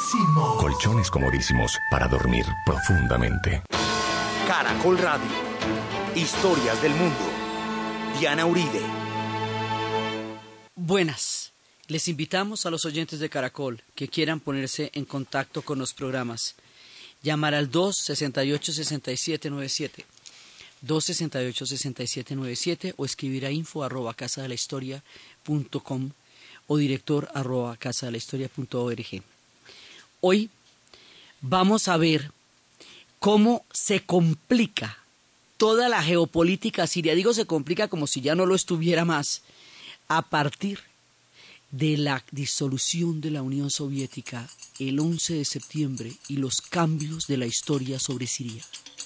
Colchones comodísimos para dormir profundamente. Caracol Radio. Historias del mundo. Diana Uribe. Buenas. Les invitamos a los oyentes de Caracol que quieran ponerse en contacto con los programas. Llamar al 268-6797. 268-6797 o escribir a info@casadelahistoria.com o director@casadelahistoria.org. Hoy vamos a ver cómo se complica toda la geopolítica siria. Digo se complica como si ya no lo estuviera más, a partir de la disolución de la Unión Soviética el 11 de septiembre y los cambios de la historia sobre Siria.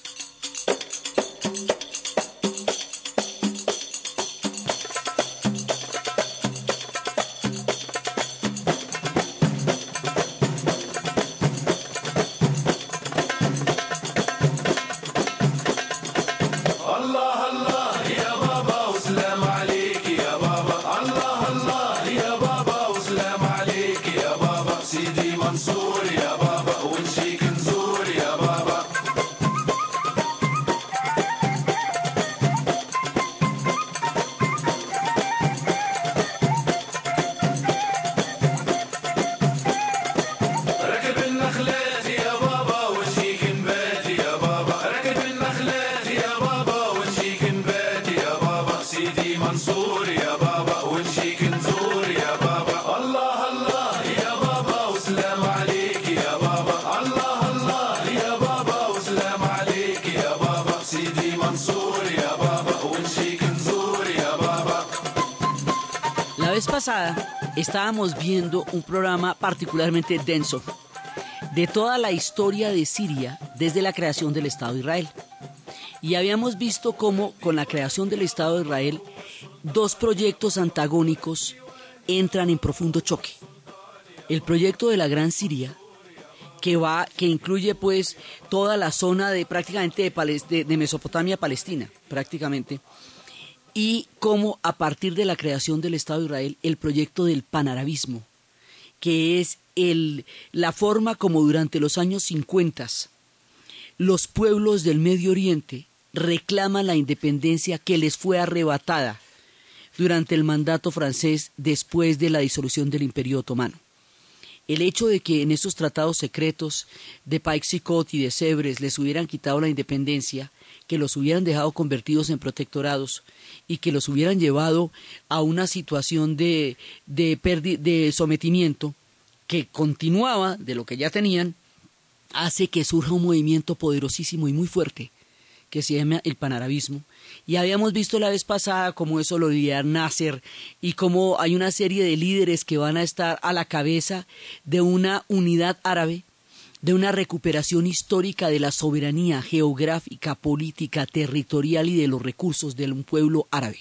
La vez pasada estábamos viendo un programa particularmente denso de toda la historia de Siria desde la creación del Estado de Israel. Y habíamos visto cómo con la creación del Estado de Israel dos proyectos antagónicos entran en profundo choque. El proyecto de la Gran Siria, que incluye pues toda la zona de prácticamente de Mesopotamia, Palestina, prácticamente, y cómo a partir de la creación del Estado de Israel, el proyecto del panarabismo, que es la forma como durante los años 50 los pueblos del Medio Oriente reclaman la independencia que les fue arrebatada durante el mandato francés después de la disolución del Imperio Otomano. El hecho de que en esos tratados secretos de Paix-Sicot y de Sèvres les hubieran quitado la independencia, que los hubieran dejado convertidos en protectorados y que los hubieran llevado a una situación de sometimiento que continuaba de lo que ya tenían, hace que surja un movimiento poderosísimo y muy fuerte que se llama el panarabismo. Y habíamos visto la vez pasada cómo eso lo lidera Nasser y cómo hay una serie de líderes que van a estar a la cabeza de una unidad árabe, de una recuperación histórica de la soberanía geográfica, política, territorial y de los recursos de un pueblo árabe.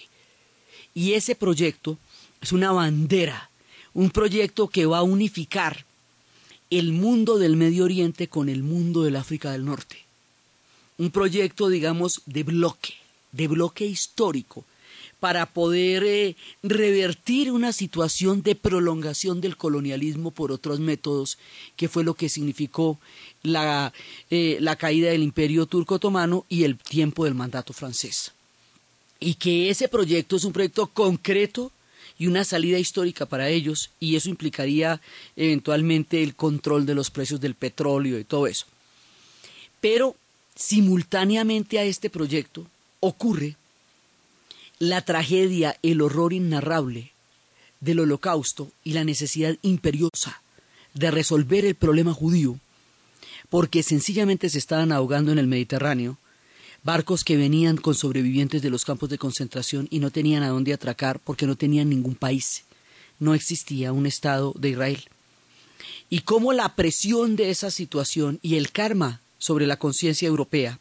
Y ese proyecto es una bandera, un proyecto que va a unificar el mundo del Medio Oriente con el mundo del África del Norte. Un proyecto, digamos, de bloque histórico, para poder revertir una situación de prolongación del colonialismo por otros métodos, que fue lo que significó la caída del Imperio Turco Otomano y el tiempo del mandato francés. Y que ese proyecto es un proyecto concreto y una salida histórica para ellos, y eso implicaría eventualmente el control de los precios del petróleo y todo eso. Pero simultáneamente a este proyecto ocurre la tragedia, el horror innarrable del Holocausto y la necesidad imperiosa de resolver el problema judío, porque sencillamente se estaban ahogando en el Mediterráneo barcos que venían con sobrevivientes de los campos de concentración y no tenían a dónde atracar porque no tenían ningún país, no existía un Estado de Israel. Y cómo la presión de esa situación y el karma sobre la conciencia europea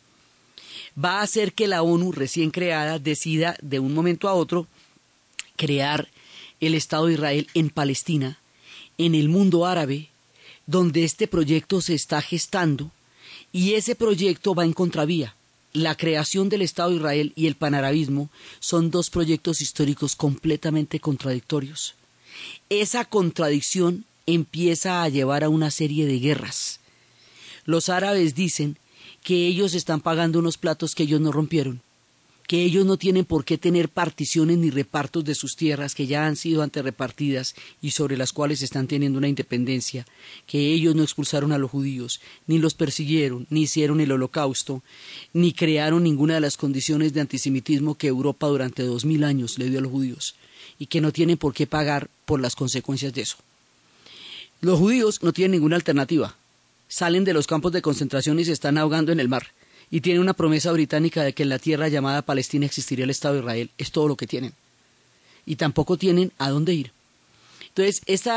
va a hacer que la ONU recién creada decida de un momento a otro crear el Estado de Israel en Palestina, en el mundo árabe, donde este proyecto se está gestando, y ese proyecto va en contravía. La creación del Estado de Israel y el panarabismo son dos proyectos históricos completamente contradictorios. Esa contradicción empieza a llevar a una serie de guerras. Los árabes dicen que ellos están pagando unos platos que ellos no rompieron, que ellos no tienen por qué tener particiones ni repartos de sus tierras que ya han sido antes repartidas y sobre las cuales están teniendo una independencia, que ellos no expulsaron a los judíos, ni los persiguieron, ni hicieron el holocausto, ni crearon ninguna de las condiciones de antisemitismo que Europa durante 2000 años le dio a los judíos, y que no tienen por qué pagar por las consecuencias de eso. Los judíos no tienen ninguna alternativa, salen de los campos de concentración y se están ahogando en el mar, y tienen una promesa británica de que en la tierra llamada Palestina existiría el Estado de Israel. Es todo lo que tienen. Y tampoco tienen a dónde ir. Entonces,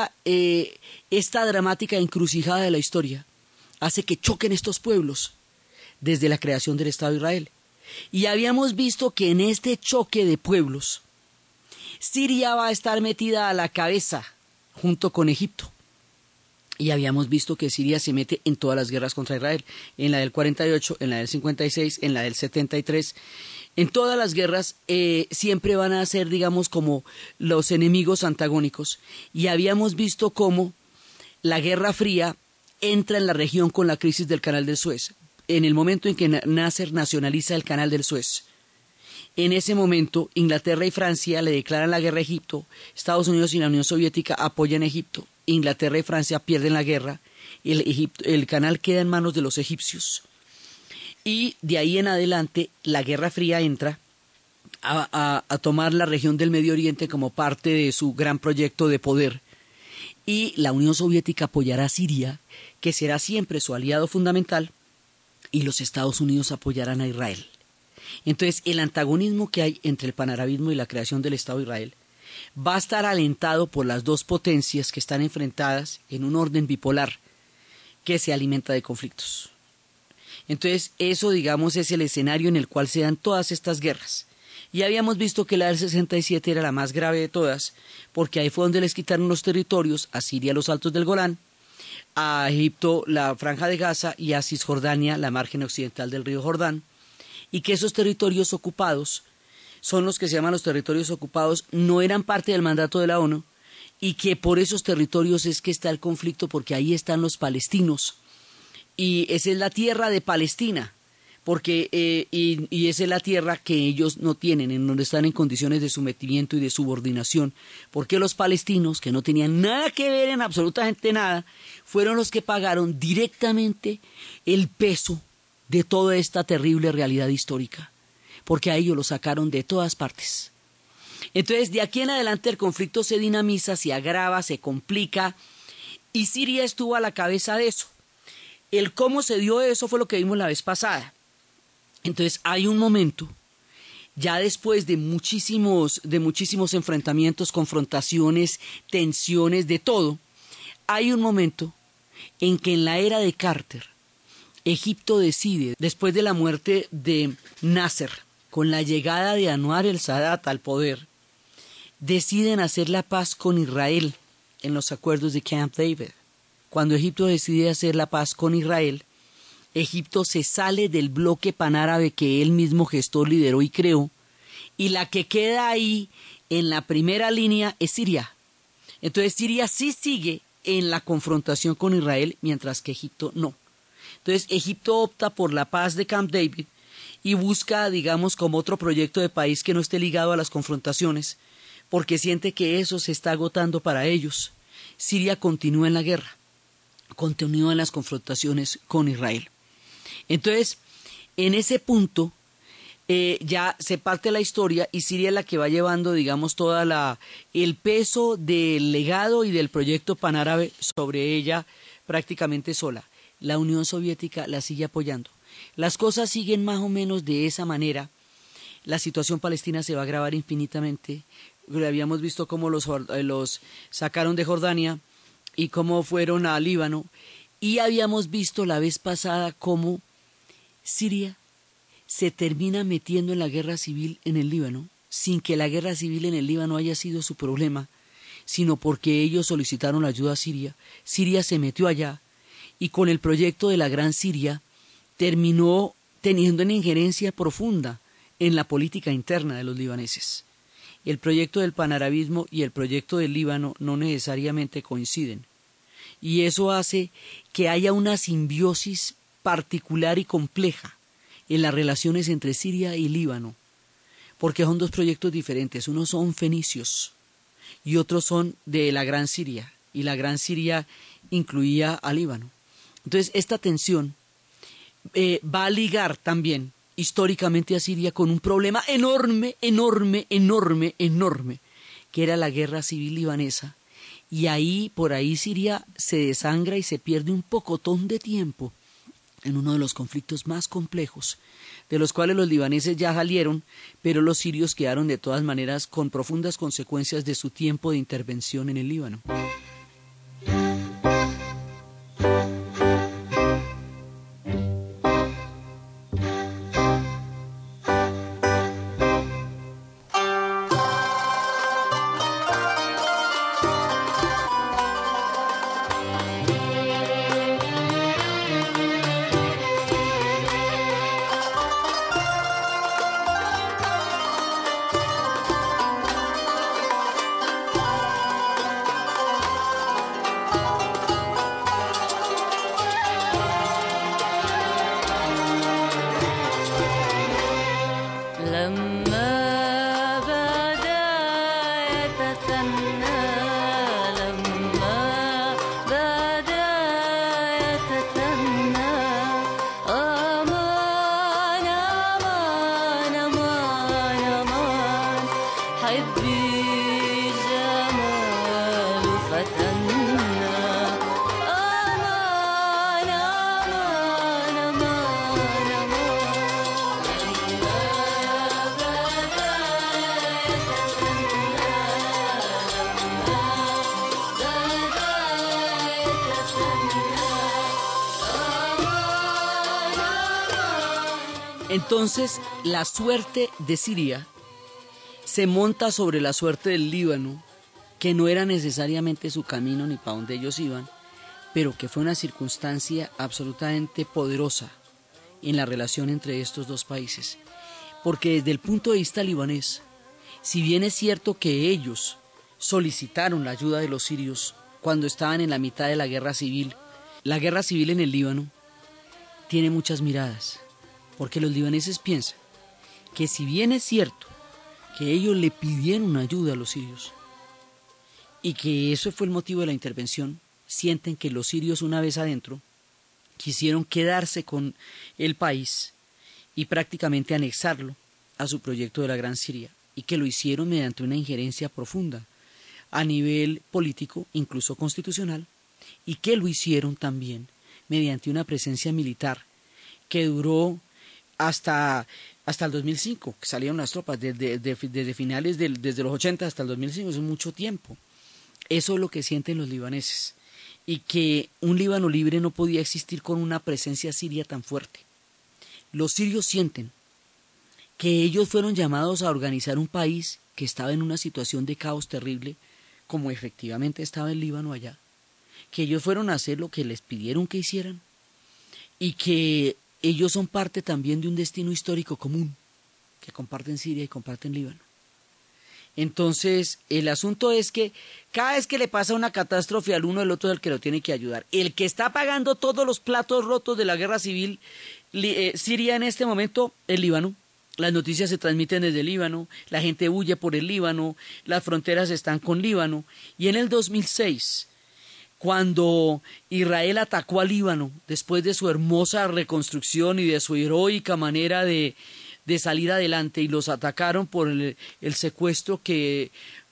esta dramática encrucijada de la historia hace que choquen estos pueblos desde la creación del Estado de Israel. Y habíamos visto que en este choque de pueblos, Siria va a estar metida a la cabeza junto con Egipto. Y habíamos visto que Siria se mete en todas las guerras contra Israel, en la del 48, en la del 56, en la del 73. En todas las guerras siempre van a ser, digamos, como los enemigos antagónicos. Y habíamos visto cómo la Guerra Fría entra en la región con la crisis del Canal del Suez. En el momento en que Nasser nacionaliza el Canal del Suez. En ese momento, Inglaterra y Francia le declaran la guerra a Egipto, Estados Unidos y la Unión Soviética apoyan a Egipto. Inglaterra y Francia pierden la guerra, el canal queda en manos de los egipcios. Y de ahí en adelante la Guerra Fría entra a tomar la región del Medio Oriente como parte de su gran proyecto de poder. Y la Unión Soviética apoyará a Siria, que será siempre su aliado fundamental, y los Estados Unidos apoyarán a Israel. Entonces, el antagonismo que hay entre el panarabismo y la creación del Estado de Israel va a estar alentado por las dos potencias que están enfrentadas en un orden bipolar que se alimenta de conflictos. Entonces, eso, digamos, es el escenario en el cual se dan todas estas guerras. Y habíamos visto que la del 67 era la más grave de todas, porque ahí fue donde les quitaron los territorios, a Siria los Altos del Golán, a Egipto la Franja de Gaza y a Cisjordania la margen occidental del río Jordán, y que esos territorios ocupados son los que se llaman los territorios ocupados, no eran parte del mandato de la ONU, y que por esos territorios es que está el conflicto, porque ahí están los palestinos, y esa es la tierra de Palestina, porque y esa es la tierra que ellos no tienen, en donde están en condiciones de sometimiento y de subordinación, porque los palestinos, que no tenían nada que ver en absolutamente nada, fueron los que pagaron directamente el peso de toda esta terrible realidad histórica, porque a ellos lo sacaron de todas partes. Entonces, de aquí en adelante el conflicto se dinamiza, se agrava, se complica, y Siria estuvo a la cabeza de eso. El cómo se dio eso fue lo que vimos la vez pasada. Entonces, hay un momento, ya después de muchísimos enfrentamientos, confrontaciones, tensiones, de todo, hay un momento en que en la era de Carter, Egipto decide, después de la muerte de Nasser, con la llegada de Anwar el-Sadat al poder, deciden hacer la paz con Israel en los acuerdos de Camp David. Cuando Egipto decide hacer la paz con Israel, Egipto se sale del bloque panárabe que él mismo gestó, lideró y creó, y la que queda ahí en la primera línea es Siria. Entonces Siria sí sigue en la confrontación con Israel, mientras que Egipto no. Entonces Egipto opta por la paz de Camp David y busca, digamos, como otro proyecto de país que no esté ligado a las confrontaciones, porque siente que eso se está agotando para ellos. Siria continúa en la guerra, continúa en las confrontaciones con Israel. Entonces, en ese punto ya se parte la historia y Siria es la que va llevando, digamos, el peso del legado y del proyecto panárabe sobre ella prácticamente sola. La Unión Soviética la sigue apoyando. Las cosas siguen más o menos de esa manera. La situación palestina se va a agravar infinitamente. Habíamos visto cómo los sacaron de Jordania y cómo fueron a Líbano. Y habíamos visto la vez pasada cómo Siria se termina metiendo en la guerra civil en el Líbano, sin que la guerra civil en el Líbano haya sido su problema, sino porque ellos solicitaron la ayuda a Siria. Siria se metió allá y con el proyecto de la Gran Siria terminó teniendo una injerencia profunda en la política interna de los libaneses. El proyecto del panarabismo y el proyecto del Líbano no necesariamente coinciden. y eso hace que haya una simbiosis particular y compleja en las relaciones entre Siria y Líbano, porque son dos proyectos diferentes. Unos son fenicios y otros son de la Gran Siria, y la Gran Siria incluía a Líbano. Entonces esta tensión va a ligar también históricamente a Siria con un problema enorme, que era la guerra civil libanesa, y por ahí Siria se desangra y se pierde un pocotón de tiempo en uno de los conflictos más complejos, de los cuales los libaneses ya salieron, pero los sirios quedaron de todas maneras con profundas consecuencias de su tiempo de intervención en el Líbano. Entonces, la suerte de Siria se monta sobre la suerte del Líbano, que no era necesariamente su camino ni para donde ellos iban, pero que fue una circunstancia absolutamente poderosa en la relación entre estos dos países. Porque desde el punto de vista libanés, si bien es cierto que ellos solicitaron la ayuda de los sirios cuando estaban en la mitad de la guerra civil en el Líbano tiene muchas miradas. Porque los libaneses piensan que si bien es cierto que ellos le pidieron ayuda a los sirios y que eso fue el motivo de la intervención, sienten que los sirios una vez adentro quisieron quedarse con el país y prácticamente anexarlo a su proyecto de la Gran Siria, y que lo hicieron mediante una injerencia profunda a nivel político, incluso constitucional, y que lo hicieron también mediante una presencia militar que duró hasta el 2005, que salieron las tropas, desde finales desde los 80 hasta el 2005, eso es mucho tiempo. Eso es lo que sienten los libaneses, y que un Líbano libre no podía existir con una presencia siria tan fuerte. Los sirios sienten que ellos fueron llamados a organizar un país que estaba en una situación de caos terrible, como efectivamente estaba el Líbano allá, que ellos fueron a hacer lo que les pidieron que hicieran, y que ellos son parte también de un destino histórico común, que comparten Siria y comparten Líbano. Entonces, el asunto es que cada vez que le pasa una catástrofe al uno, el otro es el que lo tiene que ayudar. El que está pagando todos los platos rotos de la guerra civil siria en este momento, el Líbano. Las noticias se transmiten desde el Líbano, la gente huye por el Líbano, las fronteras están con Líbano. Y en el 2006... cuando Israel atacó al Líbano, después de su hermosa reconstrucción y de su heroica manera de salir adelante, y los atacaron por el secuestro que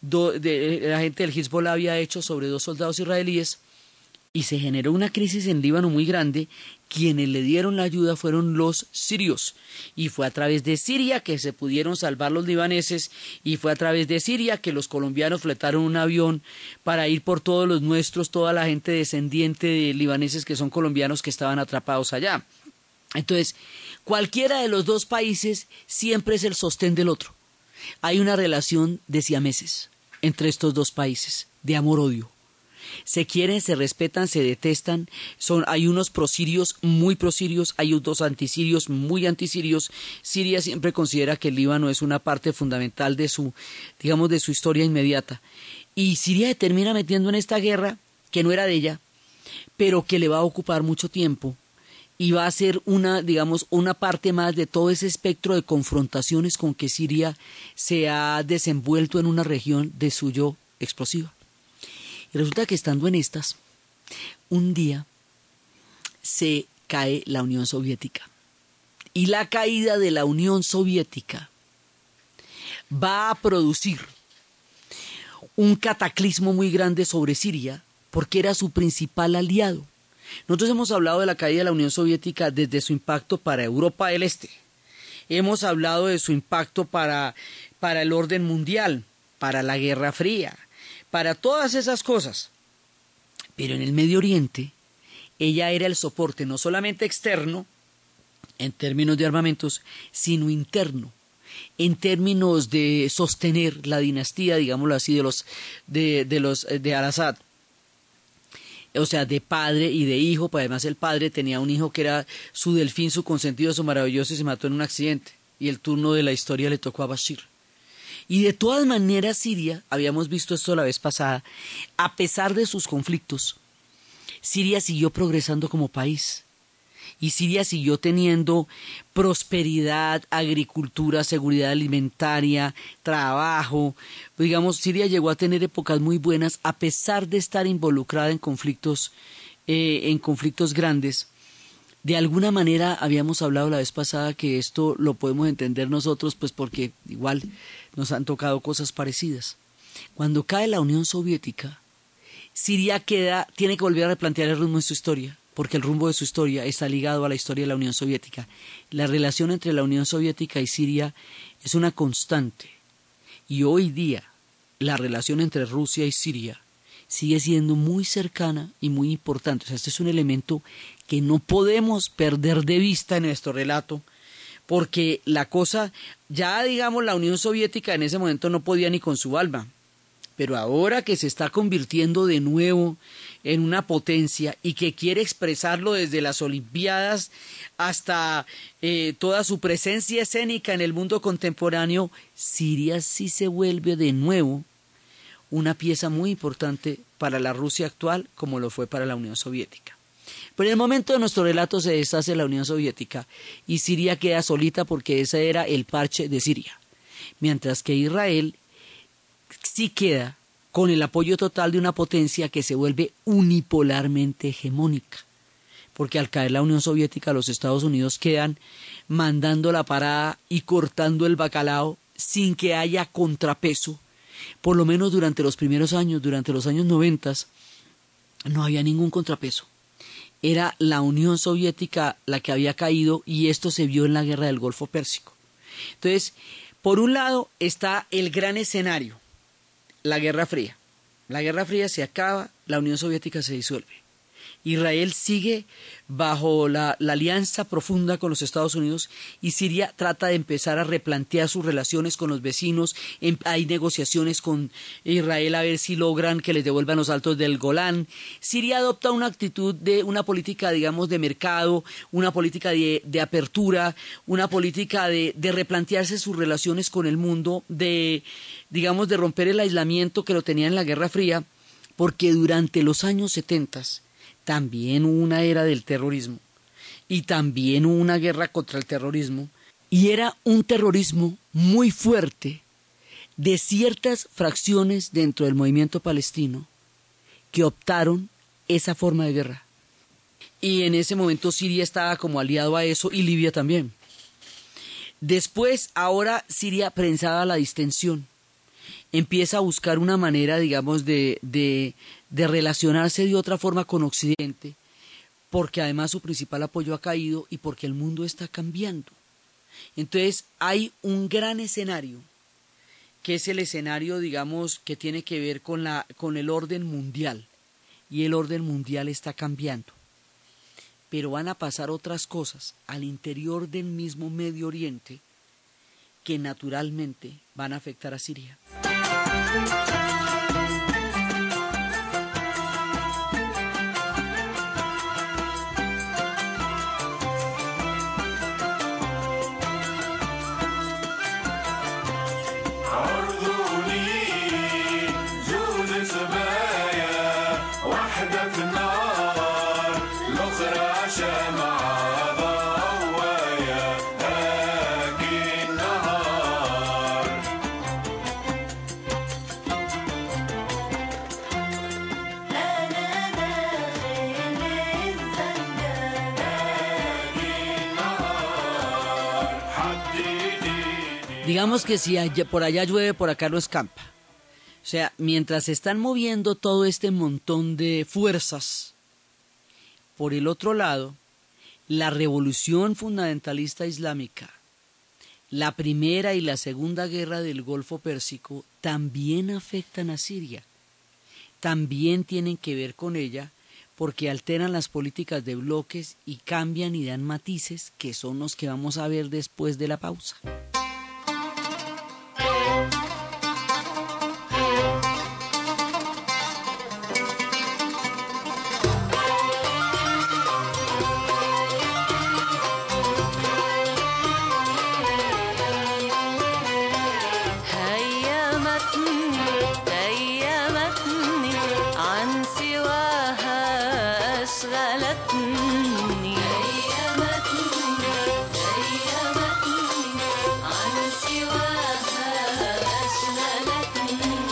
la gente del Hezbollah había hecho sobre 2 soldados israelíes, y se generó una crisis en Líbano muy grande, quienes le dieron la ayuda fueron los sirios, y fue a través de Siria que se pudieron salvar los libaneses, y fue a través de Siria que los colombianos fletaron un avión para ir por todos los nuestros, toda la gente descendiente de libaneses que son colombianos que estaban atrapados allá. Entonces, cualquiera de los dos países siempre es el sostén del otro. Hay una relación de siameses entre estos dos países, de amor-odio. Se quieren, se respetan, se detestan. Hay unos prosirios, muy prosirios, hay otros antisirios, muy antisirios. Siria siempre considera que el Líbano es una parte fundamental de su historia inmediata. Y Siria se termina metiendo en esta guerra, que no era de ella, pero que le va a ocupar mucho tiempo y va a ser una parte más de todo ese espectro de confrontaciones con que Siria se ha desenvuelto en una región de suyo explosiva. Y resulta que estando en estas, un día se cae la Unión Soviética. Y la caída de la Unión Soviética va a producir un cataclismo muy grande sobre Siria, porque era su principal aliado. Nosotros hemos hablado de la caída de la Unión Soviética desde su impacto para Europa del Este. Hemos hablado de su impacto para el orden mundial, para la Guerra Fría, para todas esas cosas. Pero en el Medio Oriente, ella era el soporte no solamente externo, en términos de armamentos, sino interno, en términos de sostener la dinastía, digámoslo así, de Al-Assad. O sea, de padre y de hijo, pues además el padre tenía un hijo que era su delfín, su consentido, su maravilloso, y se mató en un accidente. Y el turno de la historia le tocó a Bashir. Y de todas maneras Siria, habíamos visto esto la vez pasada, a pesar de sus conflictos, Siria siguió progresando como país. Y Siria siguió teniendo prosperidad, agricultura, seguridad alimentaria, trabajo. Digamos, Siria llegó a tener épocas muy buenas a pesar de estar involucrada en conflictos grandes. De alguna manera habíamos hablado la vez pasada que esto lo podemos entender nosotros, pues porque igual nos han tocado cosas parecidas. Cuando cae la Unión Soviética, Siria tiene que volver a replantear el rumbo de su historia, porque el rumbo de su historia está ligado a la historia de la Unión Soviética. La relación entre la Unión Soviética y Siria es una constante. Y hoy día, la relación entre Rusia y Siria sigue siendo muy cercana y muy importante. O sea, este es un elemento que no podemos perder de vista en nuestro relato, porque la cosa, ya digamos, la Unión Soviética en ese momento no podía ni con su alma. Pero ahora que se está convirtiendo de nuevo en una potencia y que quiere expresarlo desde las Olimpiadas hasta toda su presencia escénica en el mundo contemporáneo, Siria sí se vuelve de nuevo una pieza muy importante para la Rusia actual como lo fue para la Unión Soviética. Pero en el momento de nuestro relato se deshace la Unión Soviética y Siria queda solita porque ese era el parche de Siria, mientras que Israel sí queda con el apoyo total de una potencia que se vuelve unipolarmente hegemónica, porque al caer la Unión Soviética los Estados Unidos quedan mandando la parada y cortando el bacalao sin que haya contrapeso. Por lo menos durante los primeros años, durante los años 90, no había ningún contrapeso. Era la Unión Soviética la que había caído y esto se vio en la Guerra del Golfo Pérsico. Entonces, por un lado está el gran escenario, la Guerra Fría. La Guerra Fría se acaba, la Unión Soviética se disuelve. Israel sigue bajo la alianza profunda con los Estados Unidos y Siria trata de empezar a replantear sus relaciones con los vecinos. Hay negociaciones con Israel a ver si logran que les devuelvan los altos del Golán. Siria adopta una actitud de una política, digamos, de mercado, una política de apertura, una política de replantearse sus relaciones con el mundo, de romper el aislamiento que lo tenía en la Guerra Fría, porque durante los años 70 también hubo una era del terrorismo y también hubo una guerra contra el terrorismo, y era un terrorismo muy fuerte de ciertas fracciones dentro del movimiento palestino que optaron esa forma de guerra. Y en ese momento Siria estaba como aliado a eso y Libia también. Después, ahora Siria, prensada a la distensión, empieza a buscar una manera, digamos, de relacionarse de otra forma con Occidente, porque además su principal apoyo ha caído y porque el mundo está cambiando. Entonces hay un gran escenario, que es el escenario, digamos, que tiene que ver con el orden mundial, y el orden mundial está cambiando. Pero van a pasar otras cosas al interior del mismo Medio Oriente que naturalmente van a afectar a Siria. عرضوني، 'جون سبايا، وحدة في النار. شمعة ضوايا هاجي النهار. أنا داخل السجاد هاجي النهار حدديني. Digamos que si por allá llueve, por acá lo escampa. O sea, mientras se están moviendo todo este montón de fuerzas, por el otro lado, la revolución fundamentalista islámica, la primera y la segunda guerra del Golfo Pérsico también afectan a Siria. También tienen que ver con ella porque alteran las políticas de bloques y cambian y dan matices que son los que vamos a ver después de la pausa. هيمتني عن سواها أشغلتني هيمتني عن سواها أشغلتني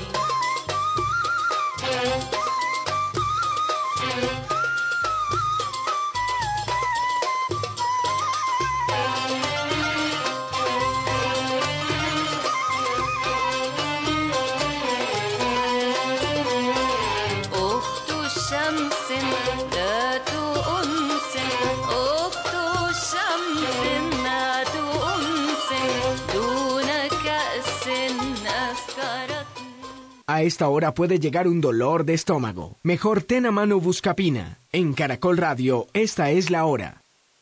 أخت الشمس ذات أنس أخت الشمس ذات أنس دون كأس أسكرتني. A esta hora puede llegar un dolor de estómago. Mejor ten a mano Buscapina. En Caracol Radio, esta es la hora.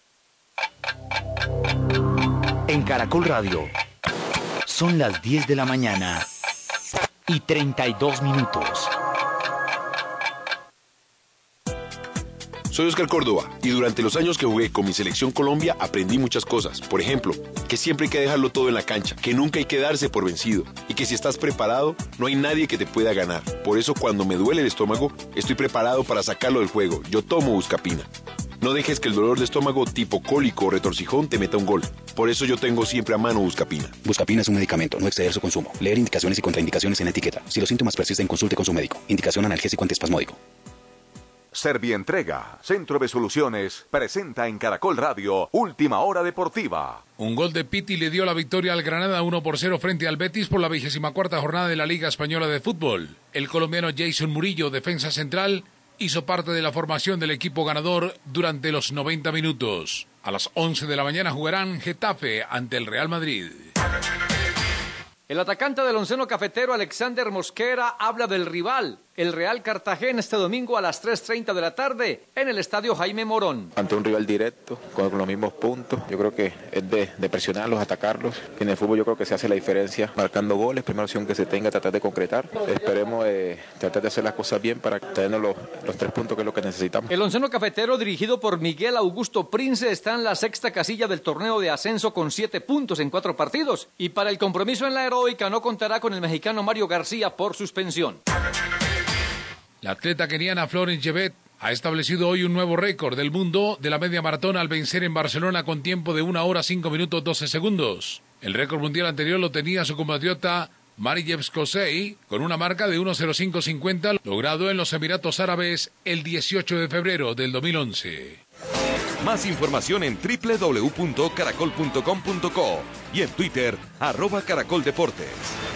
En Caracol Radio, son las 10 de la mañana y 32 minutos. Soy Oscar Córdoba y durante los años que jugué con mi selección Colombia aprendí muchas cosas. Por ejemplo, que siempre hay que dejarlo todo en la cancha, que nunca hay que darse por vencido y que si estás preparado no hay nadie que te pueda ganar. Por eso cuando me duele el estómago estoy preparado para sacarlo del juego. Yo tomo Buscapina. No dejes que el dolor de estómago tipo cólico o retorcijón te meta un gol. Por eso yo tengo siempre a mano Buscapina. Buscapina es un medicamento, no exceder su consumo. Leer indicaciones y contraindicaciones en la etiqueta. Si los síntomas persisten, consulte con su médico. Indicación analgésico antiespasmódico. Servientrega, Centro de Soluciones, presenta en Caracol Radio Última Hora Deportiva. Un gol de Piti le dio la victoria al Granada 1-0 frente al Betis por la 24ª jornada de la Liga Española de Fútbol. El colombiano Jason Murillo, defensa central, hizo parte de la formación del equipo ganador durante los 90 minutos. A las 11 de la mañana jugarán Getafe ante el Real Madrid. El atacante del onceno cafetero Alexander Mosquera habla del rival, el Real Cartagena, este domingo a las 3:30 de la tarde en el estadio Jaime Morón. Ante un rival directo, con los mismos puntos, yo creo que es de presionarlos, atacarlos. En el fútbol yo creo que se hace la diferencia marcando goles, primera opción que se tenga, tratar de concretar. Esperemos tratar de hacer las cosas bien para tener los 3 puntos que es lo que necesitamos. El onceno cafetero dirigido por Miguel Augusto Prince está en la 6ª casilla del torneo de ascenso con 7 puntos en 4 partidos. Y para el compromiso en la heroica no contará con el mexicano Mario García por suspensión. La atleta keniana Florence Jebet ha establecido hoy un nuevo récord del mundo de la media maratón al vencer en Barcelona con tiempo de 1 hora 5 minutos 12 segundos. El récord mundial anterior lo tenía su compatriota Marie-Jebs Kosei con una marca de 1:05:50 logrado en los Emiratos Árabes el 18 de febrero del 2011. Más información en www.caracol.com.co y en Twitter @caracoldeportes.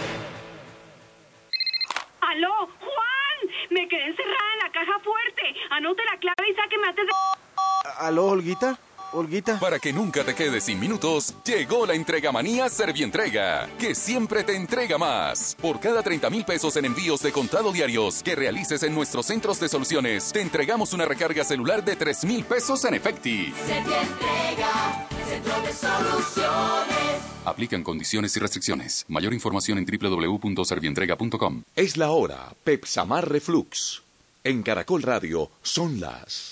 ¡Aló, Juan! Me quedé encerrada en la caja fuerte. Anote la clave y sáqueme antes de... ¿Aló, Olguita? Olguita. Para que nunca te quedes sin minutos, llegó la entregamanía Servientrega, que siempre te entrega más. Por cada 30,000 pesos en envíos de contado diarios que realices en nuestros centros de soluciones, te entregamos una recarga celular de 3,000 pesos en Efecti. Servientrega, Centro de Soluciones. Aplican condiciones y restricciones. Mayor información en www.servientrega.com. Es la hora, Pepsamar Reflux. En Caracol Radio son las...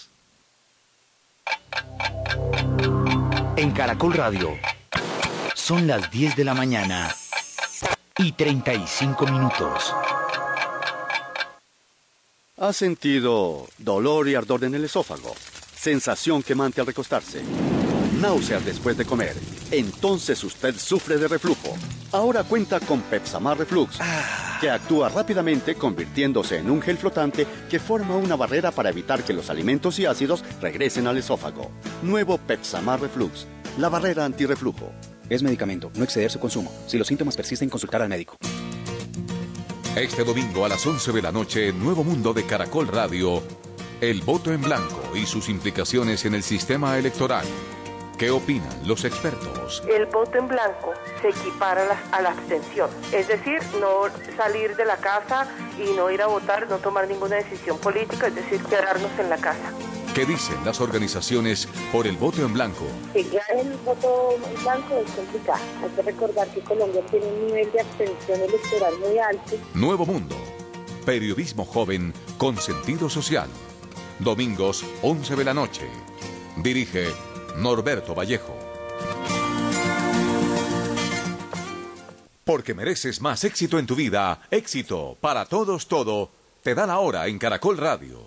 En Caracol Radio, son las 10 de la mañana y 35 minutos. ¿Has sentido dolor y ardor en el esófago? sensación quemante al recostarse, náuseas después de comer. Entonces usted sufre de reflujo. Ahora cuenta con Pepsamar Reflux, que actúa rápidamente convirtiéndose en un gel flotante que forma una barrera para evitar que los alimentos y ácidos regresen al esófago. Nuevo Pepsamar Reflux, la barrera antirreflujo. Es medicamento, no exceder su consumo. Si los síntomas persisten, consultar al médico. Este domingo a las 11 de la noche, Nuevo Mundo de Caracol Radio, el voto en blanco y sus implicaciones en el sistema electoral. ¿Qué opinan los expertos? El voto en blanco se equipara a la abstención, es decir, no salir de la casa y no ir a votar, no tomar ninguna decisión política, es decir, quedarnos en la casa. ¿Qué dicen las organizaciones por el voto en blanco? Ya el voto en blanco es complicado. Hay que recordar que Colombia tiene un nivel de abstención electoral muy alto. Nuevo Mundo, periodismo joven con sentido social. Domingos, 11 de la noche. Dirige Norberto Vallejo. Porque mereces más éxito en tu vida, éxito para todos todo, te da la hora en Caracol Radio.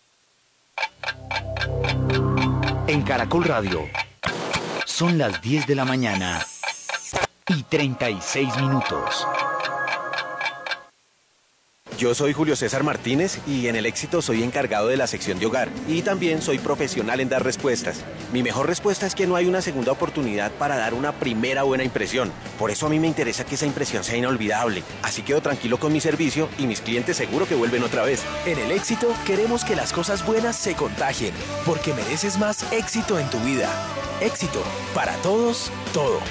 En Caracol Radio son las 10 de la mañana y 36 minutos. Yo soy Julio César Martínez y en El Éxito soy encargado de la sección de hogar y también soy profesional en dar respuestas. Mi mejor respuesta es que no hay una segunda oportunidad para dar una primera buena impresión. Por eso a mí me interesa que esa impresión sea inolvidable. Así quedo tranquilo con mi servicio y mis clientes seguro que vuelven otra vez. En El Éxito queremos que las cosas buenas se contagien, porque mereces más éxito en tu vida. Éxito para todos, todo.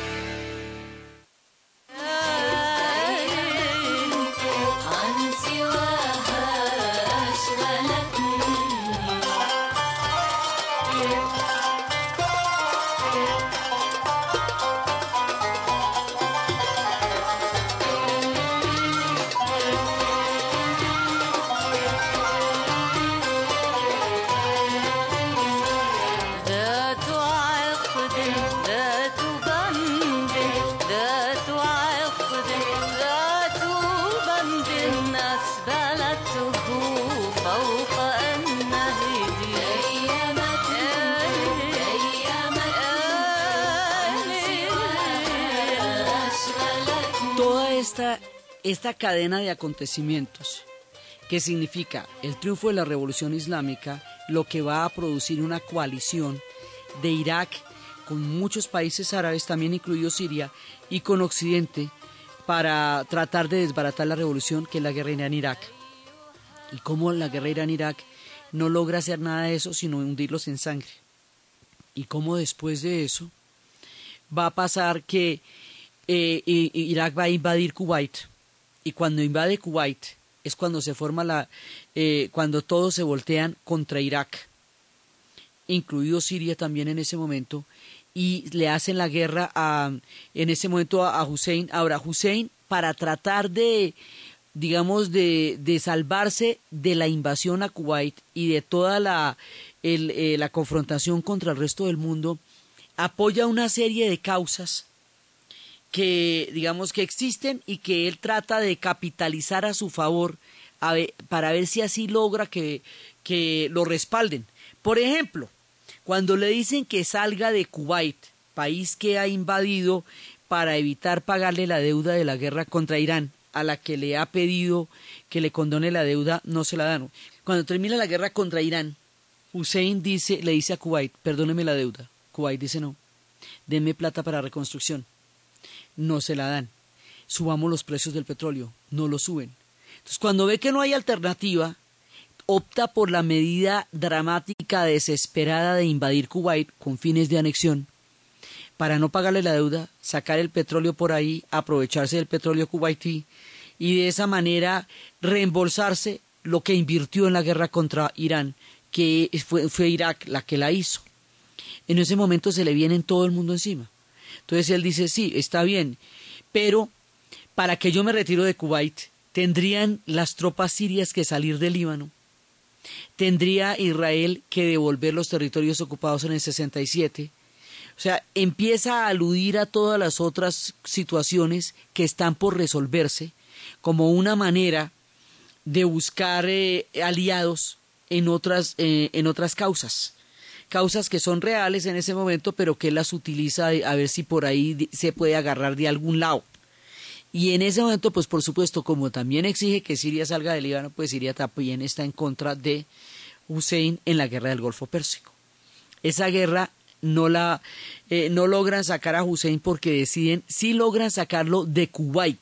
Esta cadena de acontecimientos, que significa el triunfo de la revolución islámica, lo que va a producir una coalición de Irak con muchos países árabes, también incluido Siria, y con Occidente, para tratar de desbaratar la revolución que es la guerra Irán-Irak. Y cómo la guerra Irán-Irak no logra hacer nada de eso, sino hundirlos en sangre. Y cómo después de eso va a pasar que Irak va a invadir Kuwait. Y cuando invade Kuwait es cuando se forma cuando todos se voltean contra Irak, incluido Siria también en ese momento, y le hacen la guerra en ese momento a Hussein. Ahora Hussein, para tratar de salvarse de la invasión a Kuwait y de toda la confrontación contra el resto del mundo, apoya una serie de causas que existen y que él trata de capitalizar a su favor para ver si así logra que lo respalden. Por ejemplo, cuando le dicen que salga de Kuwait, país que ha invadido para evitar pagarle la deuda de la guerra contra Irán, a la que le ha pedido que le condone la deuda, no se la dan. Cuando termina la guerra contra Irán, Hussein le dice a Kuwait, perdóneme la deuda. Kuwait dice no, denme plata para reconstrucción. No se la dan. Subamos los precios del petróleo, no lo suben. Entonces, cuando ve que no hay alternativa, opta por la medida dramática, desesperada de invadir Kuwait con fines de anexión, para no pagarle la deuda, sacar el petróleo por ahí, aprovecharse del petróleo kuwaití y de esa manera reembolsarse lo que invirtió en la guerra contra Irán, que fue Irak la que la hizo. En ese momento se le viene todo el mundo encima. Entonces él dice, sí, está bien, pero para que yo me retiro de Kuwait, tendrían las tropas sirias que salir del Líbano, tendría Israel que devolver los territorios ocupados en el 67, o sea, empieza a aludir a todas las otras situaciones que están por resolverse como una manera de buscar aliados en otras causas. causas que son reales en ese momento, pero que él las utiliza a ver si por ahí se puede agarrar de algún lado. Y en ese momento, pues por supuesto, como también exige que Siria salga del Líbano, pues Siria también está en contra de Hussein en la guerra del Golfo Pérsico. Esa guerra no logran sacar a Hussein porque deciden, sí logran sacarlo de Kuwait.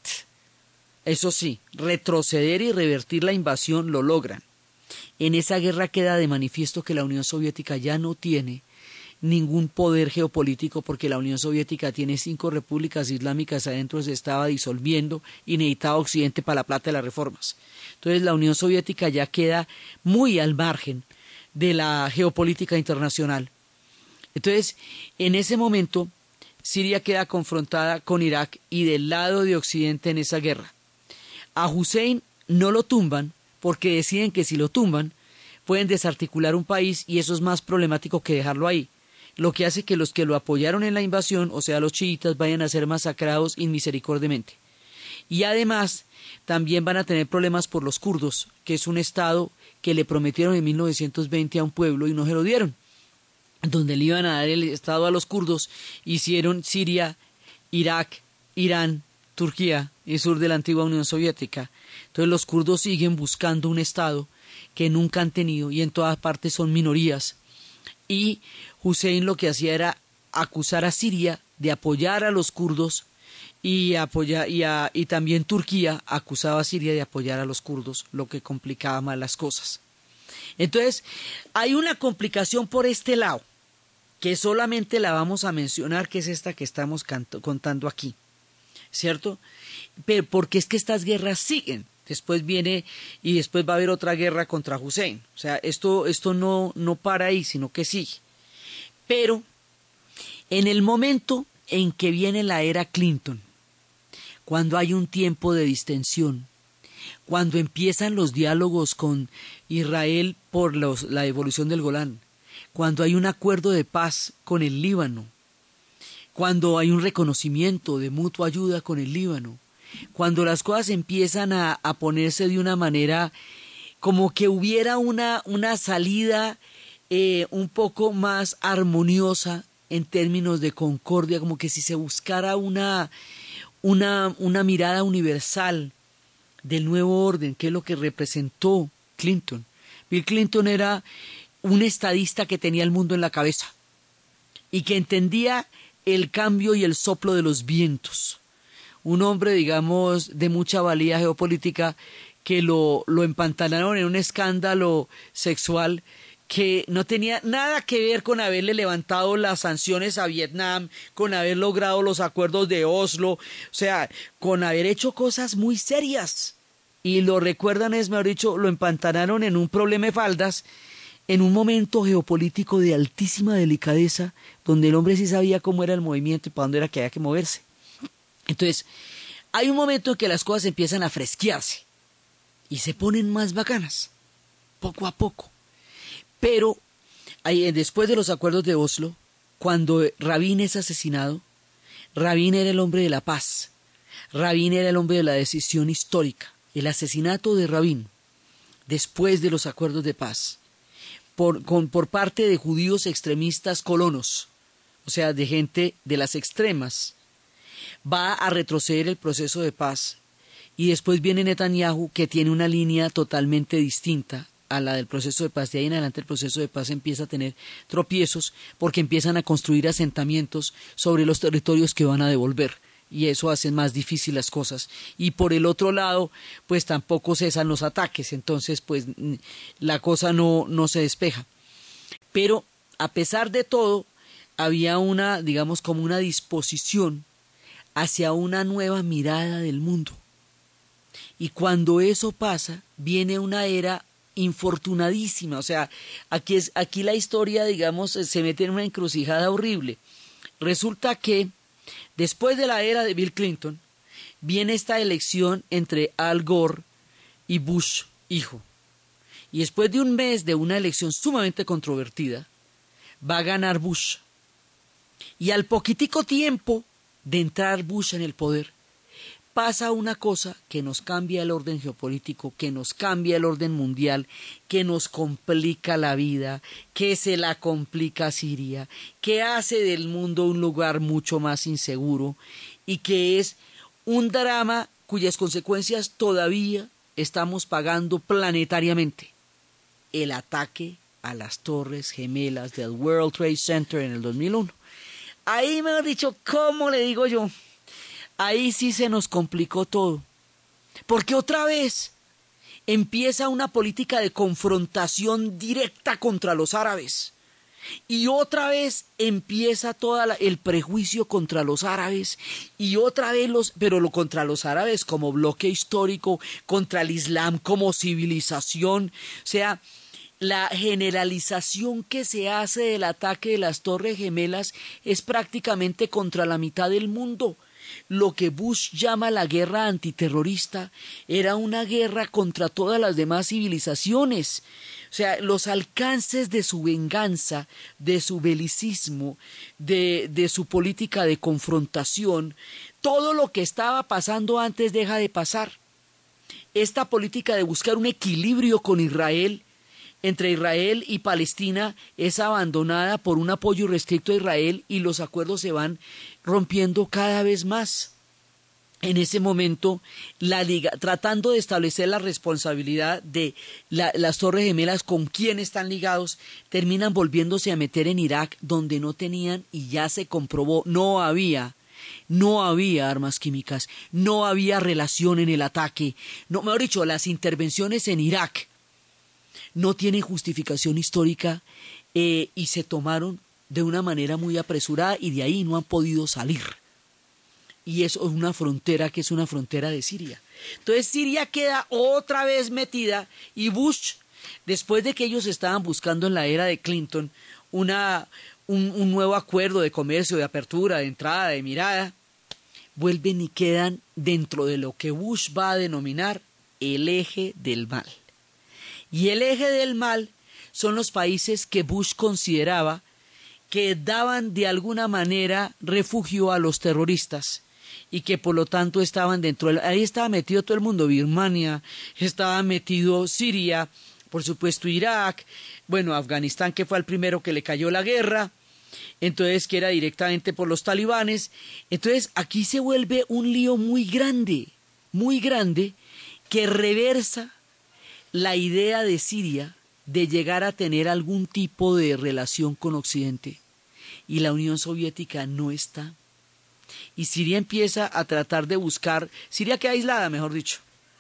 Eso sí, retroceder y revertir la invasión lo logran. En esa guerra queda de manifiesto que la Unión Soviética ya no tiene ningún poder geopolítico porque la Unión Soviética tiene 5 repúblicas islámicas adentro, se estaba disolviendo y necesitaba Occidente para la plata de las reformas. Entonces la Unión Soviética ya queda muy al margen de la geopolítica internacional. Entonces, en ese momento, Siria queda confrontada con Irak y del lado de Occidente en esa guerra. A Hussein no lo tumban porque deciden que si lo tumban pueden desarticular un país y eso es más problemático que dejarlo ahí, lo que hace que los que lo apoyaron en la invasión, o sea los chiitas, vayan a ser masacrados inmisericordiamente. Y además también van a tener problemas por los kurdos, que es un estado que le prometieron en 1920 a un pueblo y no se lo dieron, donde le iban a dar el estado a los kurdos. Hicieron Siria, Irak, Irán, Turquía y sur de la antigua Unión Soviética. Entonces los kurdos siguen buscando un estado que nunca han tenido y en todas partes son minorías. Y Hussein lo que hacía era acusar a Siria de apoyar a los kurdos y también Turquía acusaba a Siria de apoyar a los kurdos, lo que complicaba más las cosas. Entonces hay una complicación por este lado que solamente la vamos a mencionar, que es esta que estamos contando aquí, ¿cierto? Pero porque es que estas guerras siguen. Después viene y después va a haber otra guerra contra Hussein. O sea, esto no para ahí, sino que sigue. Pero en el momento en que viene la era Clinton, cuando hay un tiempo de distensión, cuando empiezan los diálogos con Israel por la devolución del Golán, cuando hay un acuerdo de paz con el Líbano, cuando hay un reconocimiento de mutua ayuda con el Líbano, cuando las cosas empiezan a ponerse de una manera como que hubiera una salida un poco más armoniosa en términos de concordia, como que si se buscara una mirada universal del nuevo orden, que es lo que representó Clinton. Bill Clinton era un estadista que tenía el mundo en la cabeza y que entendía el cambio y el soplo de los vientos. Un hombre, digamos, de mucha valía geopolítica, que lo empantanaron en un escándalo sexual que no tenía nada que ver con haberle levantado las sanciones a Vietnam, con haber logrado los acuerdos de Oslo, o sea, con haber hecho cosas muy serias. Y lo recuerdan, es mejor dicho, lo empantanaron en un problema de faldas, en un momento geopolítico de altísima delicadeza, donde el hombre sí sabía cómo era el movimiento y para dónde era que había que moverse. Entonces, hay un momento en que las cosas empiezan a fresquearse y se ponen más bacanas, poco a poco. Pero después de los acuerdos de Oslo, cuando Rabin es asesinado, Rabin era el hombre de la paz, Rabin era el hombre de la decisión histórica. El asesinato de Rabin, después de los acuerdos de paz, por parte de judíos extremistas colonos, o sea, de gente de las extremas, va a retroceder el proceso de paz. Y después viene Netanyahu, que tiene una línea totalmente distinta a la del proceso de paz. De ahí en adelante el proceso de paz empieza a tener tropiezos porque empiezan a construir asentamientos sobre los territorios que van a devolver. Y eso hace más difícil las cosas. Y por el otro lado, pues tampoco cesan los ataques. Entonces, pues la cosa no se despeja. Pero, a pesar de todo, había digamos, como una disposición hacia una nueva mirada del mundo. Y cuando eso pasa, viene una era infortunadísima. O sea, aquí la historia, digamos, se mete en una encrucijada horrible. Resulta que después de la era de Bill Clinton, viene esta elección entre Al Gore y Bush, hijo. Y después de un mes de una elección sumamente controvertida, va a ganar Bush. Y al poquitico tiempo de entrar Bush en el poder, pasa una cosa que nos cambia el orden geopolítico, que nos cambia el orden mundial, que nos complica la vida, que se la complica a Siria, que hace del mundo un lugar mucho más inseguro y que es un drama cuyas consecuencias todavía estamos pagando planetariamente. El ataque a las Torres Gemelas del World Trade Center en el 2001. Ahí, mejor dicho, ¿cómo le digo yo? Ahí sí se nos complicó todo, porque otra vez empieza una política de confrontación directa contra los árabes, y otra vez empieza el prejuicio contra los árabes, y otra vez contra los árabes como bloque histórico, contra el Islam como civilización, o sea, la generalización que se hace del ataque de las Torres Gemelas es prácticamente contra la mitad del mundo. Lo que Bush llama la guerra antiterrorista era una guerra contra todas las demás civilizaciones. O sea, los alcances de su venganza, de su belicismo, de su política de confrontación, todo lo que estaba pasando antes deja de pasar. Esta política de buscar un equilibrio con Israel, entre Israel y Palestina, es abandonada por un apoyo restricto a Israel y los acuerdos se van rompiendo cada vez más. En ese momento, la Liga, tratando de establecer la responsabilidad de las Torres Gemelas con quién están ligados, terminan volviéndose a meter en Irak, donde no tenían, y ya se comprobó, no había armas químicas, no había relación en el ataque, no, mejor dicho, las intervenciones en Irak no tienen justificación histórica y se tomaron de una manera muy apresurada y de ahí no han podido salir. Y eso es una frontera que es una frontera de Siria. Entonces Siria queda otra vez metida y Bush, después de que ellos estaban buscando en la era de Clinton un nuevo acuerdo de comercio, de apertura, de entrada, de mirada, vuelven y quedan dentro de lo que Bush va a denominar el eje del mal. Y el eje del mal son los países que Bush consideraba que daban de alguna manera refugio a los terroristas y que por lo tanto estaban ahí estaba metido todo el mundo, Birmania, estaba metido Siria, por supuesto Irak, bueno, Afganistán, que fue el primero que le cayó la guerra, entonces que era directamente por los talibanes. Entonces aquí se vuelve un lío muy grande, que reversa la idea de Siria de llegar a tener algún tipo de relación con Occidente, y la Unión Soviética no está, y Siria empieza a tratar de buscar, Siria queda aislada, mejor dicho,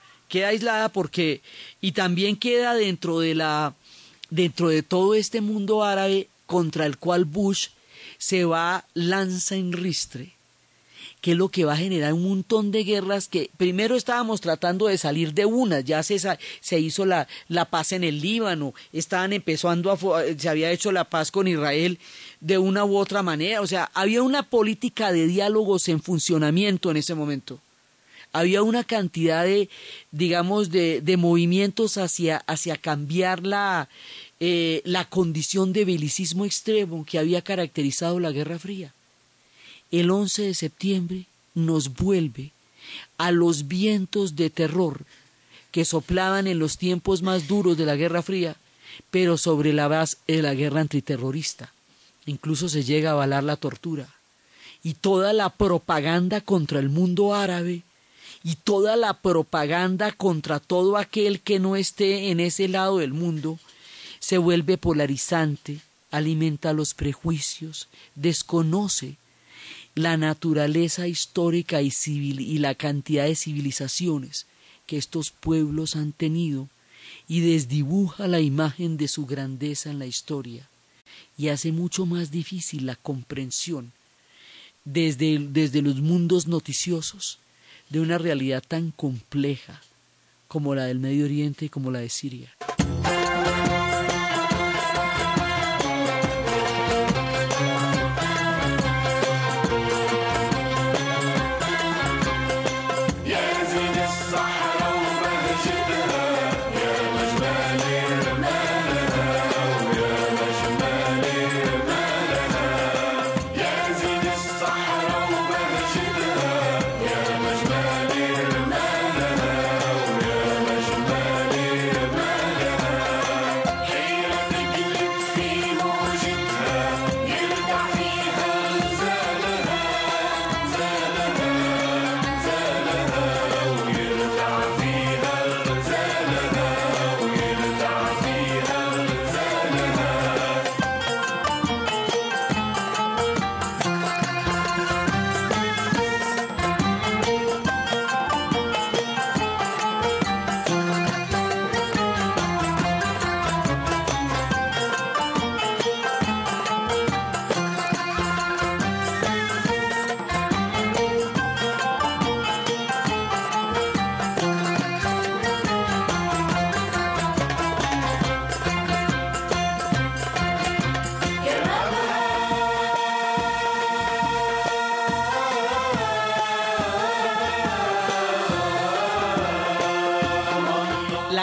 y también queda dentro de todo este mundo árabe contra el cual Bush lanza en ristre, que es lo que va a generar un montón de guerras que primero estábamos tratando de salir de unas, ya se hizo la paz en el Líbano, se había hecho la paz con Israel de una u otra manera, o sea, había una política de diálogos en funcionamiento en ese momento. Había una cantidad de movimientos hacia cambiar la condición de belicismo extremo que había caracterizado la Guerra Fría. El 11 de septiembre nos vuelve a los vientos de terror que soplaban en los tiempos más duros de la Guerra Fría, pero sobre la base de la guerra antiterrorista. Incluso se llega a avalar la tortura. Y toda la propaganda contra el mundo árabe y toda la propaganda contra todo aquel que no esté en ese lado del mundo se vuelve polarizante, alimenta los prejuicios, desconoce la naturaleza histórica y civil y la cantidad de civilizaciones que estos pueblos han tenido y desdibuja la imagen de su grandeza en la historia y hace mucho más difícil la comprensión desde los mundos noticiosos de una realidad tan compleja como la del Medio Oriente y como la de Siria.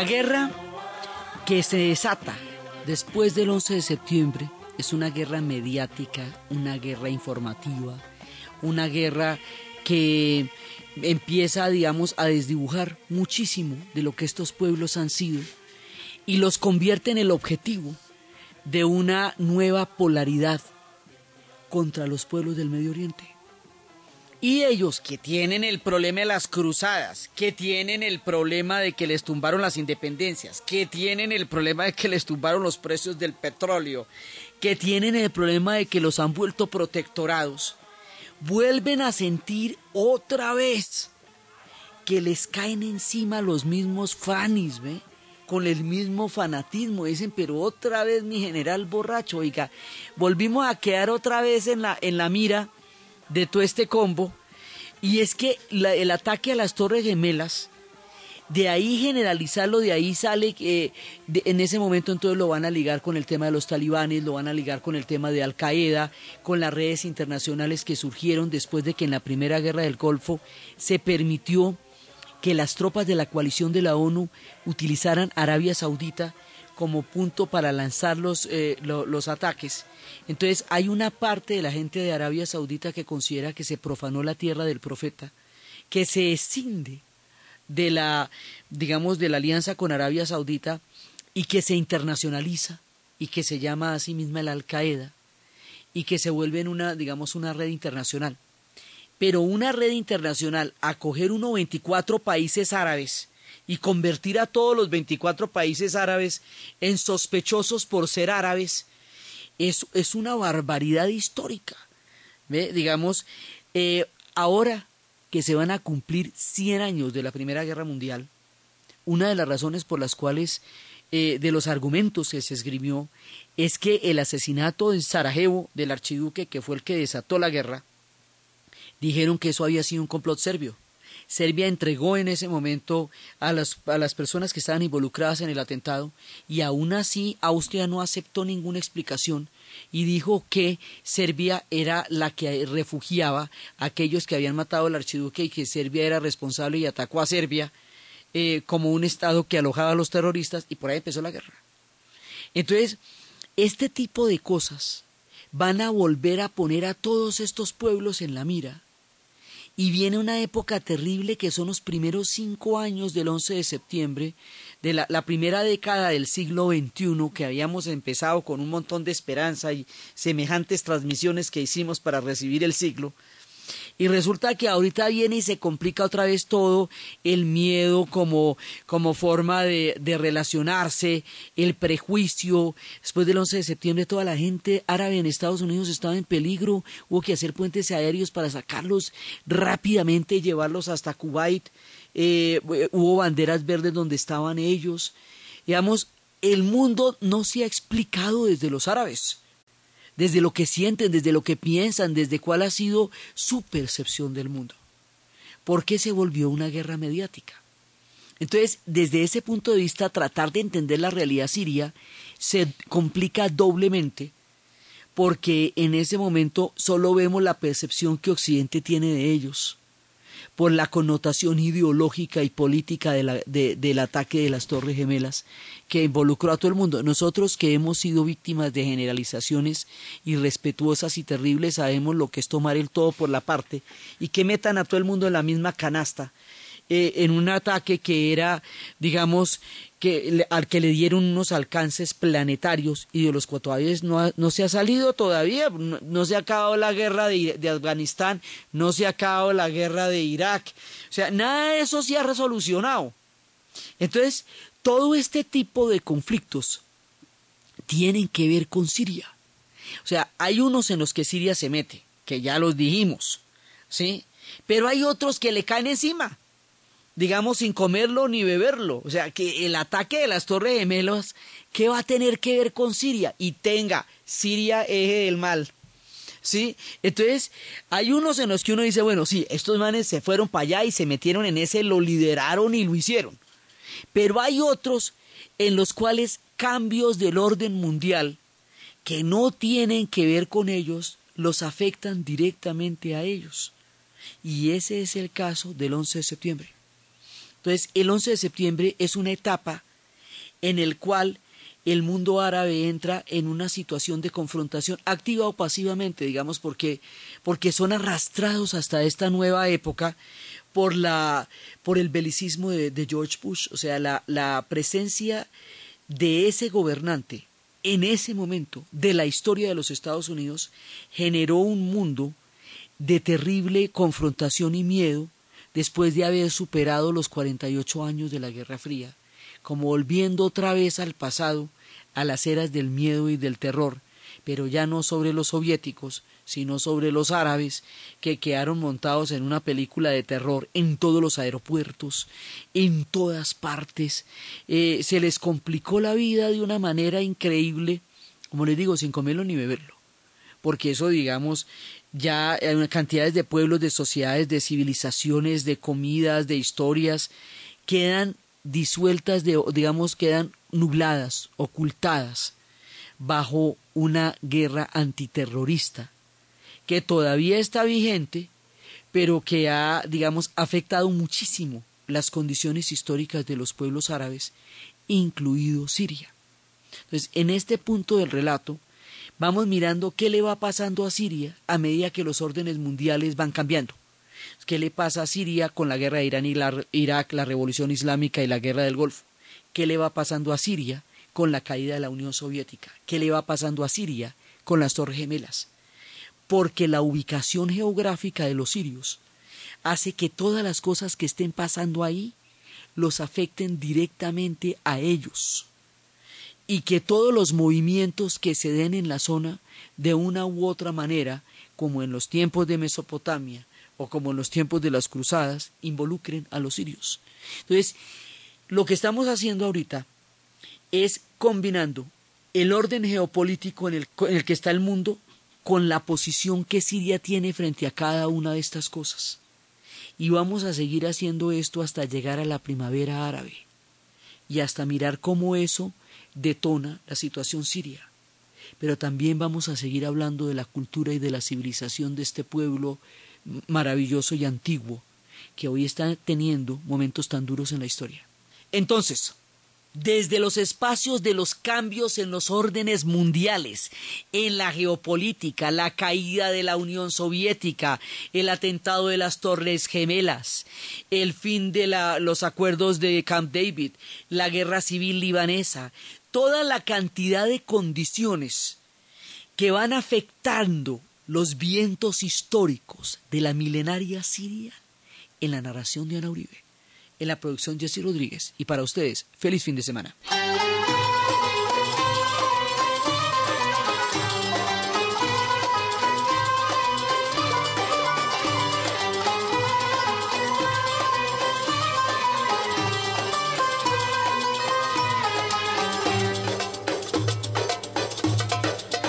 guerra que se desata después del 11 de septiembre es una guerra mediática, una guerra informativa, una guerra que empieza, digamos, a desdibujar muchísimo de lo que estos pueblos han sido y los convierte en el objetivo de una nueva polaridad contra los pueblos del Medio Oriente. Y ellos, que tienen el problema de las cruzadas, que tienen el problema de que les tumbaron las independencias, que tienen el problema de que les tumbaron los precios del petróleo, que tienen el problema de que los han vuelto protectorados, vuelven a sentir otra vez que les caen encima los mismos fanis, ¿ve? Con el mismo fanatismo. Dicen, pero otra vez mi general borracho, oiga, volvimos a quedar otra vez en la mira de todo este combo, y es que el ataque a las Torres Gemelas, de ahí generalizarlo, de ahí sale que en ese momento entonces lo van a ligar con el tema de los talibanes, lo van a ligar con el tema de Al Qaeda, con las redes internacionales que surgieron después de que en la Primera Guerra del Golfo se permitió que las tropas de la coalición de la ONU utilizaran Arabia Saudita como punto para lanzar los ataques. Entonces hay una parte de la gente de Arabia Saudita que considera que se profanó la tierra del profeta, que se escinde de la, digamos, de la alianza con Arabia Saudita y que se internacionaliza y que se llama a sí misma la Al Qaeda y que se vuelve en una, digamos, una red internacional. Pero una red internacional, acoger 24 países árabes y convertir a todos los 24 países árabes en sospechosos por ser árabes, es una barbaridad histórica. ¿Ve? Digamos, ahora que se van a cumplir 100 años de la Primera Guerra Mundial, una de las razones por las cuales, de los argumentos que se esgrimió, es que el asesinato en Sarajevo del archiduque, que fue el que desató la guerra, dijeron que eso había sido un complot serbio. Serbia entregó en ese momento a las personas que estaban involucradas en el atentado, y aún así Austria no aceptó ninguna explicación y dijo que Serbia era la que refugiaba a aquellos que habían matado al archiduque y que Serbia era responsable y atacó a Serbia como un estado que alojaba a los terroristas, y por ahí empezó la guerra. Entonces, este tipo de cosas van a volver a poner a todos estos pueblos en la mira. Y viene una época terrible que son los primeros 5 años del 11 de septiembre, de la primera década del siglo XXI, que habíamos empezado con un montón de esperanza y semejantes transmisiones que hicimos para recibir el siglo. Y resulta que ahorita viene y se complica otra vez todo, el miedo como forma de relacionarse, el prejuicio. Después del 11 de septiembre toda la gente árabe en Estados Unidos estaba en peligro, hubo que hacer puentes aéreos para sacarlos rápidamente y llevarlos hasta Kuwait, hubo banderas verdes donde estaban ellos. Digamos, el mundo no se ha explicado desde los árabes, desde lo que sienten, desde lo que piensan, desde cuál ha sido su percepción del mundo. ¿Por qué se volvió una guerra mediática? Entonces, desde ese punto de vista, tratar de entender la realidad siria se complica doblemente, porque en ese momento solo vemos la percepción que Occidente tiene de ellos, por la connotación ideológica y política del ataque de las Torres Gemelas, que involucró a todo el mundo. Nosotros, que hemos sido víctimas de generalizaciones irrespetuosas y terribles, sabemos lo que es tomar el todo por la parte y que metan a todo el mundo en la misma canasta, en un ataque que era, digamos, al que le dieron unos alcances planetarios, y de los que todavía no se ha salido todavía. No se ha acabado la guerra de Afganistán, no se ha acabado la guerra de Irak, o sea, nada de eso se ha resolucionado. Entonces, todo este tipo de conflictos tienen que ver con Siria. O sea, hay unos en los que Siria se mete, que ya los dijimos, ¿sí? Pero hay otros que le caen encima, digamos, sin comerlo ni beberlo. O sea, que el ataque de las Torres Gemelas, ¿qué va a tener que ver con Siria? Y tenga, Siria eje del mal, ¿sí? Entonces, hay unos en los que uno dice, bueno, sí, estos manes se fueron para allá y se metieron en ese, lo lideraron y lo hicieron. Pero hay otros en los cuales cambios del orden mundial que no tienen que ver con ellos, los afectan directamente a ellos. Y ese es el caso del 11 de septiembre. Entonces, el 11 de septiembre es una etapa en el cual el mundo árabe entra en una situación de confrontación activa o pasivamente, digamos, porque son arrastrados hasta esta nueva época por el belicismo de George Bush. O sea, la presencia de ese gobernante en ese momento de la historia de los Estados Unidos generó un mundo de terrible confrontación y miedo después de haber superado los 48 años de la Guerra Fría, como volviendo otra vez al pasado, a las eras del miedo y del terror, pero ya no sobre los soviéticos, sino sobre los árabes, que quedaron montados en una película de terror en todos los aeropuertos, en todas partes. Se les complicó la vida de una manera increíble, como les digo, sin comerlo ni beberlo, porque eso, digamos, ya hay una cantidad de pueblos, de sociedades, de civilizaciones, de comidas, de historias, quedan disueltas, digamos, quedan nubladas, ocultadas, bajo una guerra antiterrorista que todavía está vigente, pero que ha, digamos, afectado muchísimo las condiciones históricas de los pueblos árabes, incluido Siria. Entonces, en este punto del relato, vamos mirando qué le va pasando a Siria a medida que los órdenes mundiales van cambiando. ¿Qué le pasa a Siria con la guerra de Irán y Irak, la revolución islámica y la guerra del Golfo? ¿Qué le va pasando a Siria con la caída de la Unión Soviética? ¿Qué le va pasando a Siria con las Torres Gemelas? Porque la ubicación geográfica de los sirios hace que todas las cosas que estén pasando ahí los afecten directamente a ellos, y que todos los movimientos que se den en la zona, de una u otra manera, como en los tiempos de Mesopotamia o como en los tiempos de las cruzadas, involucren a los sirios. Entonces, lo que estamos haciendo ahorita es combinando el orden geopolítico en el que está el mundo con la posición que Siria tiene frente a cada una de estas cosas. Y vamos a seguir haciendo esto hasta llegar a la primavera árabe y hasta mirar cómo eso detona la situación siria. Pero también vamos a seguir hablando de la cultura y de la civilización de este pueblo maravilloso y antiguo que hoy está teniendo momentos tan duros en la historia. Entonces, desde los espacios de los cambios en los órdenes mundiales, en la geopolítica, la caída de la Unión Soviética, el atentado de las Torres Gemelas, el fin de los acuerdos de Camp David, la guerra civil libanesa, toda la cantidad de condiciones que van afectando los vientos históricos de la milenaria Siria, en la narración de Ana Uribe, en la producción Jessy Rodríguez, y para ustedes, feliz fin de semana.